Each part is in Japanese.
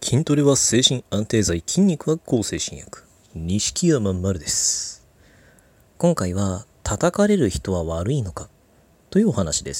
筋トレは精神安定剤、筋肉は抗精神薬。錦山丸です。今回は叩かれる人は悪いのかというお話です。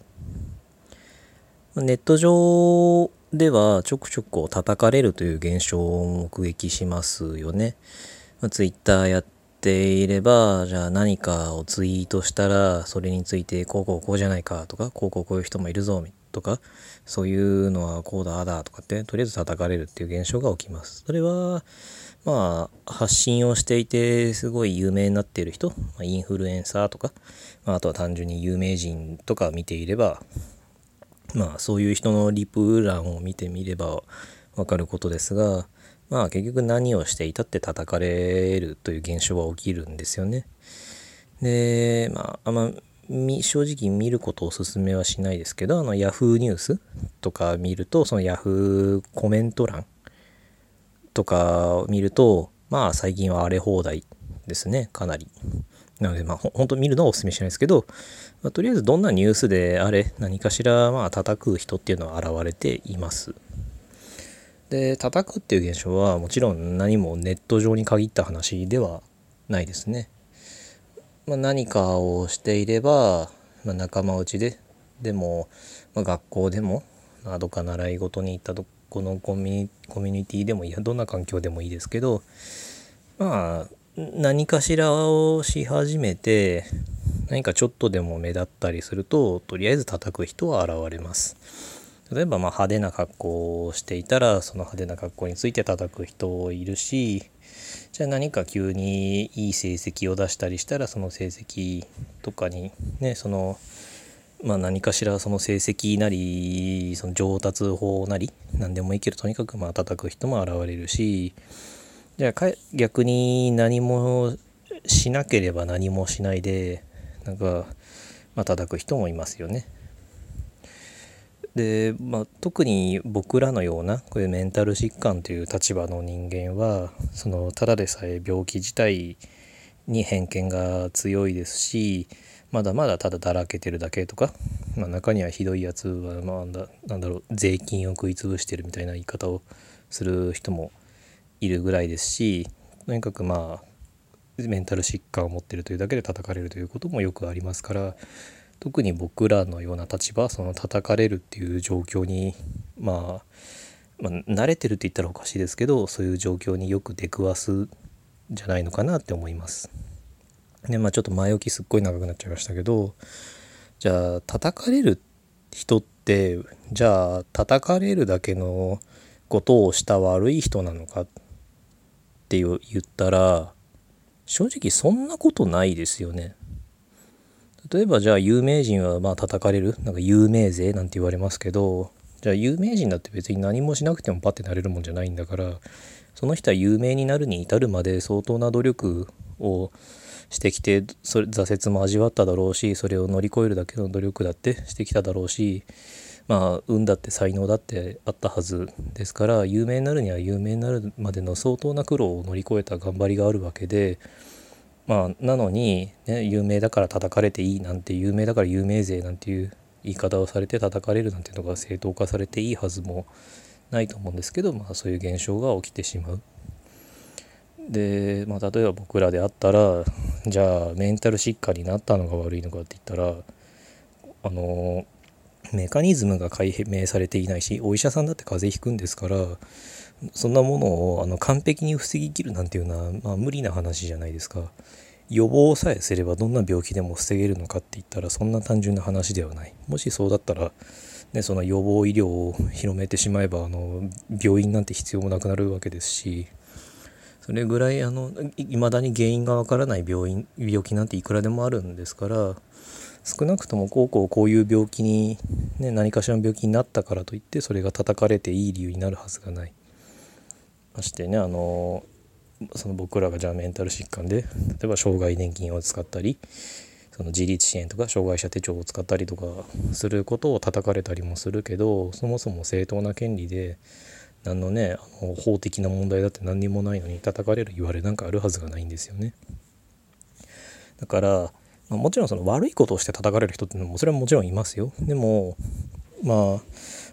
ネット上ではちょくちょく叩かれるという現象を目撃しますよね。ツイッターやっていれば、じゃあ何かをツイートしたらそれについてこうじゃないかとか、こういう人もいるぞとか、そういうのはこうだあだとかってとりあえず叩かれるっていう現象が起きます。それは発信をしていてすごい有名になっている人、インフルエンサーとか、あとは単純に有名人とか見ていれば、そういう人のリプ欄を見てみればわかることですが、結局何をしていたって叩かれるという現象は起きるんですよね。で、正直見ることをお勧めはしないですけど、ヤフーニュースとか見ると、そのヤフーコメント欄とかを見ると、最近は荒れ放題ですね、かなり。なので本当見るのはお勧めしないですけど、とりあえずどんなニュースであれ何かしら叩く人っていうのは現れています。で、叩くっていう現象はもちろん何もネット上に限った話ではないですね。何かをしていれば、仲間内でも、学校でも、どっか習い事に行ったとこのコミュニティでもどんな環境でもいいですけど、何かしらをし始めて、何かちょっとでも目立ったりすると、とりあえず叩く人は現れます。例えば派手な格好をしていたら、その派手な格好について叩く人いるし、じゃあ何か急にいい成績を出したりしたら、その成績とかにね、何かしらその成績なり、その上達法なり何でもいいけど、とにかく叩く人も現れるし、じゃあ逆に何もしなければ何もしないで叩く人もいますよね。で、特に僕らのようなこういうメンタル疾患という立場の人間は、ただでさえ病気自体に偏見が強いですし、まだまだただだらけてるだけとか、中にはひどいやつは税金を食い潰してるみたいな言い方をする人もいるぐらいですし、とにかくメンタル疾患を持ってるというだけで叩かれるということもよくありますから、特に僕らのような立場、その叩かれるっていう状況に慣れてるって言ったらおかしいですけど、そういう状況によく出くわすんじゃないのかなって思います。で、ちょっと前置きすっごい長くなっちゃいましたけど、じゃあ叩かれる人って、じゃあ叩かれるだけのことをした悪い人なのかって言ったら、正直そんなことないですよね。例えばじゃあ有名人は叩かれる、有名税なんて言われますけど、じゃあ有名人だって別に何もしなくてもパッてなれるもんじゃないんだから、その人は有名になるに至るまで相当な努力をしてきて、挫折も味わっただろうし、それを乗り越えるだけの努力だってしてきただろうし、運だって才能だってあったはずですから、有名になるには有名になるまでの相当な苦労を乗り越えた頑張りがあるわけで、なのに、有名だから叩かれていいなんて、有名だから有名税なんていう言い方をされて叩かれるなんていうのが正当化されていいはずもないと思うんですけど、そういう現象が起きてしまう。で、例えば僕らであったら、じゃあメンタル疾患になったのが悪いのかって言ったら、メカニズムが解明されていないし、お医者さんだって風邪ひくんですから、そんなものを完璧に防ぎきるなんていうのは、無理な話じゃないですか。予防さえすればどんな病気でも防げるのかって言ったら、そんな単純な話ではない。もしそうだったら、その予防医療を広めてしまえば病院なんて必要もなくなるわけですし、それぐらい未だに原因がわからない病気なんていくらでもあるんですから、少なくともこういう病気に、何かしらの病気になったからといってそれが叩かれていい理由になるはずがない。ましてね、その僕らがじゃあメンタル疾患で、例えば障害年金を使ったり、その自立支援とか障害者手帳を使ったりとかすることを叩かれたりもするけど、そもそも正当な権利で、何の法的な問題だって何にもないのに叩かれる言われなんかあるはずがないんですよね。だからもちろんその悪いことをして叩かれる人っていうのもそれはもちろんいますよ。でも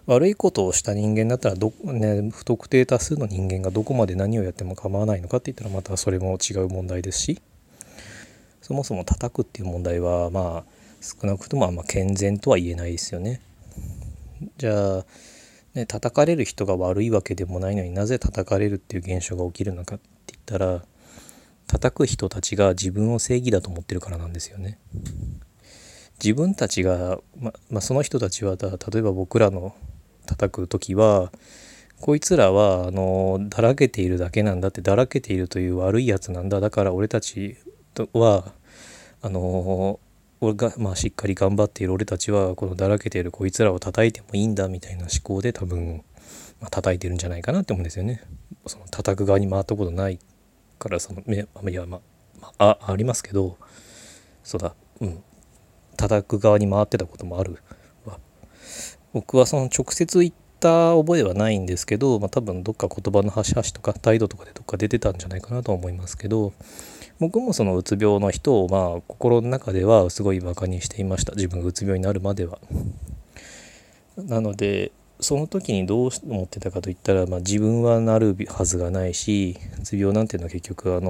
悪いことをした人間だったら不特定多数の人間がどこまで何をやっても構わないのかって言ったらまたそれも違う問題ですし、そもそも叩くっていう問題は少なくとも健全とは言えないですよね。じゃあ叩かれる人が悪いわけでもないのになぜ叩かれるっていう現象が起きるのかって言ったら、叩く人たちが自分を正義だと思ってるからなんですよね。自分たちが、その人たちは例えば僕らの叩く時はこいつらはだらけているだけなんだって、だらけているという悪いやつなんだ、だから俺たちは俺がしっかり頑張っている俺たちはこのだらけているこいつらを叩いてもいいんだみたいな思考で多分、叩いてるんじゃないかなって思うんですよね。その叩く側に回ったことないから、ありますけど、そうだ、叩く側に回ってたこともあるわ。僕はその直接言った覚えはないんですけど、多分どっか言葉の端々とか態度とかでどっか出てたんじゃないかなとは思いますけど、僕もそのうつ病の人を心の中ではすごいバカにしていました。自分がうつ病になるまでは。なのでその時にどう思ってたかといったら、自分はなるはずがないし、うつ病なんていうのは結局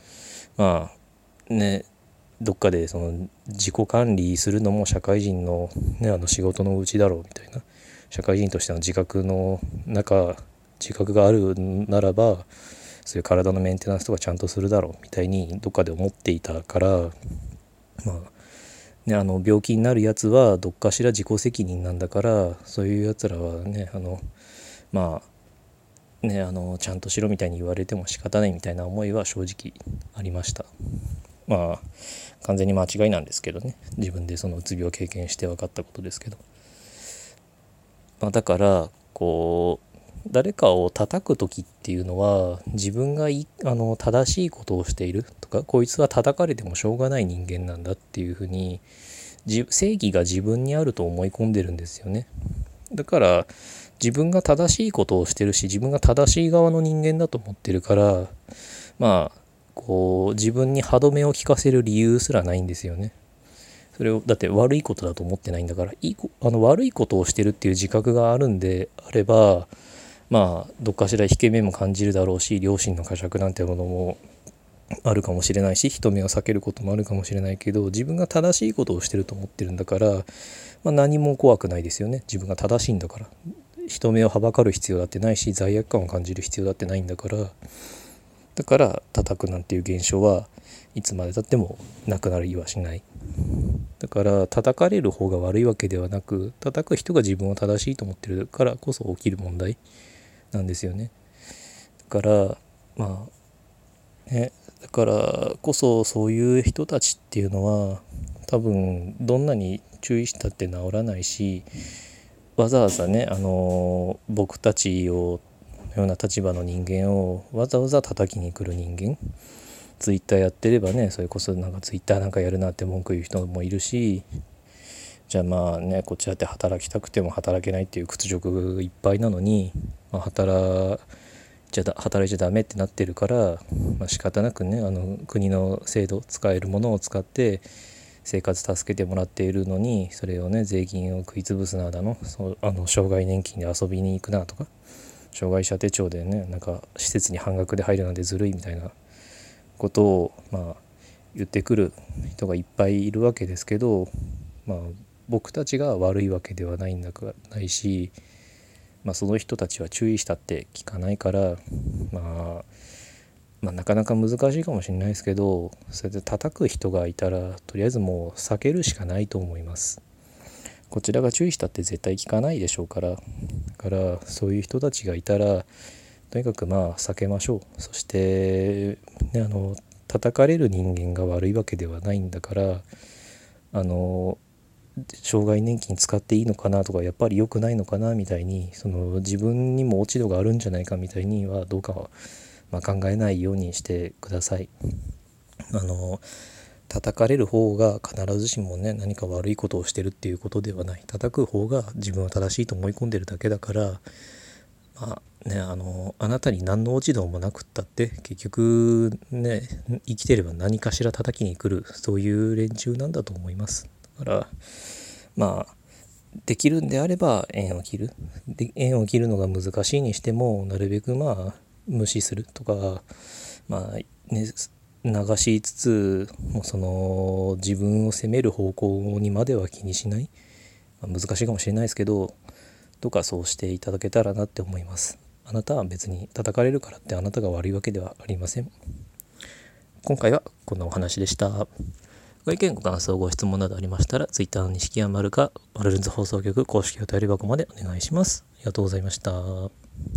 どっかでその自己管理するのも社会人の、仕事のうちだろうみたいな、社会人としての自覚があるならばそういう体のメンテナンスとかちゃんとするだろうみたいにどっかで思っていたから、病気になるやつはどっかしら自己責任なんだから、そういうやつらはちゃんとしろみたいに言われても仕方ないみたいな思いは正直ありました。完全に間違いなんですけどね、自分でそのうつ病を経験して分かったことですけど、だから誰かを叩く時っていうのは自分が正しいことをしているとか、こいつは叩かれてもしょうがない人間なんだっていうふうに正義が自分にあると思い込んでるんですよね。だから自分が正しいことをしてるし、自分が正しい側の人間だと思ってるから、自分に歯止めを効かせる理由すらないんですよね。それをだって悪いことだと思ってないんだから、悪いことをしてるっていう自覚があるんであれば、どっかしら引け目も感じるだろうし、良心の呵責なんてものもあるかもしれないし、人目を避けることもあるかもしれないけど、自分が正しいことをしてると思ってるんだから、何も怖くないですよね。自分が正しいんだから、人目をはばかる必要だってないし、罪悪感を感じる必要だってないんだから、だから叩くなんていう現象はいつまでたってもなくなりはしない。だから叩かれる方が悪いわけではなく、叩く人が自分を正しいと思ってるからこそ起きる問題なんですよね。だからだからこそそういう人たちっていうのは多分どんなに注意したって治らないし、わざわざ僕たちのような立場の人間をわざわざ叩きに来る人間、ツイッターやってればね、それこそツイッターなんかやるなって文句言う人もいるし、じゃあこっちだって働きたくても働けないっていう屈辱がいっぱいなのに、働いちゃダメってなってるから、仕方なくね、国の制度使えるものを使って生活助けてもらっているのに、それをね税金を食い潰すなだの、障害年金で遊びに行くなとか、障害者手帳でね施設に半額で入るなんてずるいみたいなことを言ってくる人がいっぱいいるわけですけど、僕たちが悪いわけではないし、その人たちは注意したって聞かないから、なかなか難しいかもしれないですけど、それで叩く人がいたらとりあえずもう避けるしかないと思います。こちらが注意したって絶対聞かないでしょうから、だからそういう人たちがいたらとにかく避けましょう。そして叩かれる人間が悪いわけではないんだから、障害年金使っていいのかなとか、やっぱり良くないのかなみたいに、自分にも落ち度があるんじゃないかみたいにはどうかは、考えないようにしてください。叩かれる方が必ずしもね何か悪いことをしてるっていうことではない。叩く方が自分は正しいと思い込んでるだけだから、あなたに何の落ち度もなくったって結局ね、生きてれば何かしら叩きに来る、そういう連中なんだと思います。だからできるんであれば縁を切る。で、縁を切るのが難しいにしても、なるべく無視するとか、ね、流しつつ、もう自分を責める方向にまでは気にしない。難しいかもしれないですけど、どうかそうしていただけたらなって思います。あなたは別に叩かれるからってあなたが悪いわけではありません。今回はこんなお話でした。ご意見ご感想ご質問などありましたら Twitter の錦山丸かマルルンズ放送局公式お便り箱までお願いします。ありがとうございました。